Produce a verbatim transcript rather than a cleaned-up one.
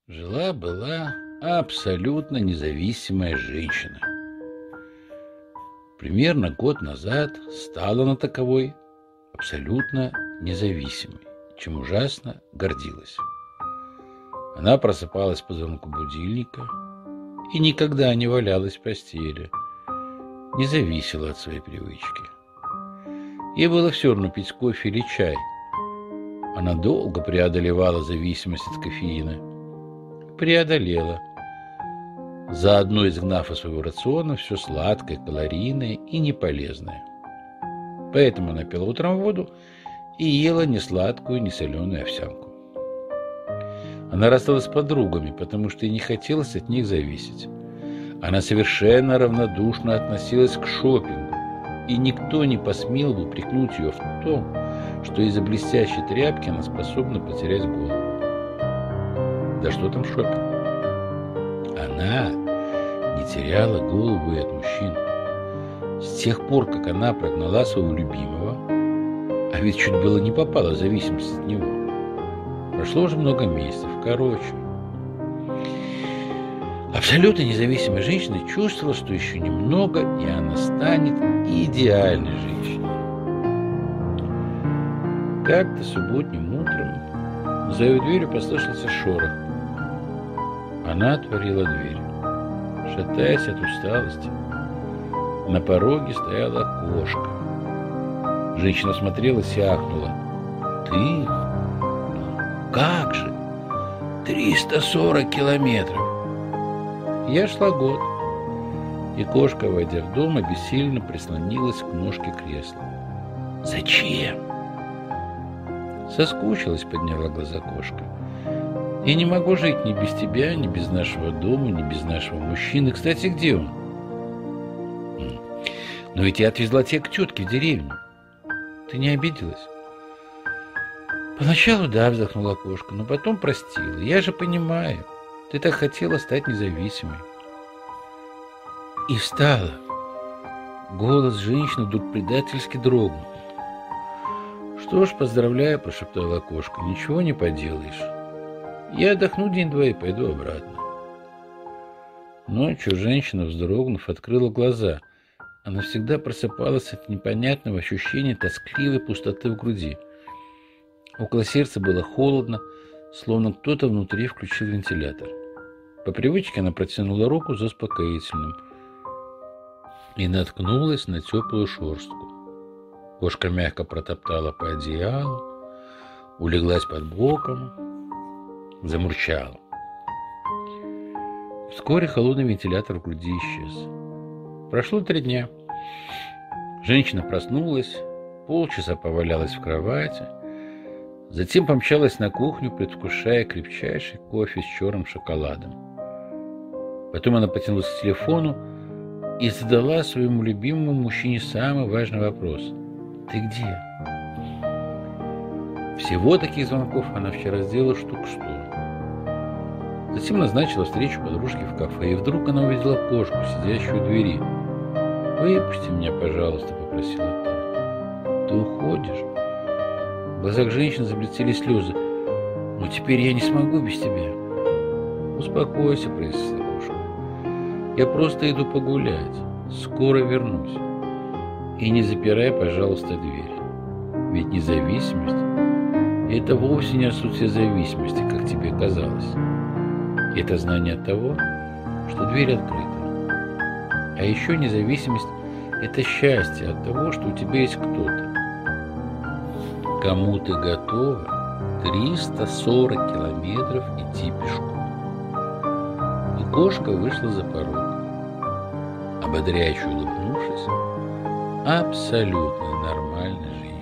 Жила-была абсолютно независимая женщина. Примерно год назад стала она таковой абсолютно независимой, чем ужасно гордилась. Она просыпалась по звонку будильника и никогда не валялась в постели, не зависела от своей привычки. Ей было все равно пить кофе или чай. Она долго преодолевала зависимость от кофеина. Преодолела, заодно изгнав из своего рациона все сладкое, калорийное и неполезное. Поэтому она пила утром воду и ела не сладкую, не соленую овсянку. Она рассталась с подругами, потому что ей не хотелось от них зависеть. Она совершенно равнодушно относилась к шопингу, и никто не посмел бы упрекнуть ее в том, что из-за блестящей тряпки она способна потерять голову. Да что там шопинг? Она не теряла голову и от мужчин. С тех пор, как она прогнала своего любимого, а ведь чуть было не попала в зависимость от него, прошло уже много месяцев. Короче, абсолютно независимая женщина чувствовала, что еще немного, и она станет идеальной женщиной. Как-то субботним утром за ее дверью послышался шорох. Она отворила дверь. Шатаясь от усталости, на пороге стояла кошка. Женщина смотрелась и ахнула. «Ты? Как же? триста сорок километров!» Я шла год, и кошка, войдя в дом, обессиленно прислонилась к ножке кресла. «Зачем?» «Соскучилась», — подняла глаза кошка. «Я не могу жить ни без тебя, ни без нашего дома, ни без нашего мужчины. Кстати, где он?» «Но ведь я отвезла тебя к тетке в деревню. Ты не обиделась?» «Поначалу да», — вздохнула кошка, — «но потом простила. Я же понимаю, ты так хотела стать независимой». И встала. Голос женщины вдруг предательски дрогнул. «Что ж, поздравляю», — прошептала кошка, — «ничего не поделаешь. Я отдохну день-два и пойду обратно». Ночью женщина, вздрогнув, открыла глаза. Она всегда просыпалась от непонятного ощущения тоскливой пустоты в груди. Около сердца было холодно, словно кто-то внутри включил вентилятор. По привычке она протянула руку за успокоительным и наткнулась на теплую шерстку. Кошка мягко протоптала по одеялу, улеглась под боком, замурчала. Вскоре холодный вентилятор в груди исчез. Прошло три дня. Женщина проснулась, полчаса повалялась в кровати, затем помчалась на кухню, предвкушая крепчайший кофе с черным шоколадом. Потом она потянулась к телефону и задала своему любимому мужчине самый важный вопрос. «Ты где?» Всего таких звонков она вчера сделала штук сто. Затем назначила встречу подружки в кафе, и вдруг она увидела кошку, сидящую у двери. «Выпусти меня, пожалуйста», — попросила та. «Ты уходишь?» В глазах женщины заблестели слезы. «Но теперь я не смогу без тебя». «Успокойся», — произнесла кошка. «Я просто иду погулять. Скоро вернусь. И не запирай, пожалуйста, дверь. Ведь независимость — это вовсе не отсутствие зависимости, как тебе казалось. Это знание того, что дверь открыта. А еще независимость — это счастье от того, что у тебя есть кто-то, кому ты готова триста сорок километров идти пешком». И кошка вышла за порог, ободряюще улыбнувшись абсолютно нормальной жизни.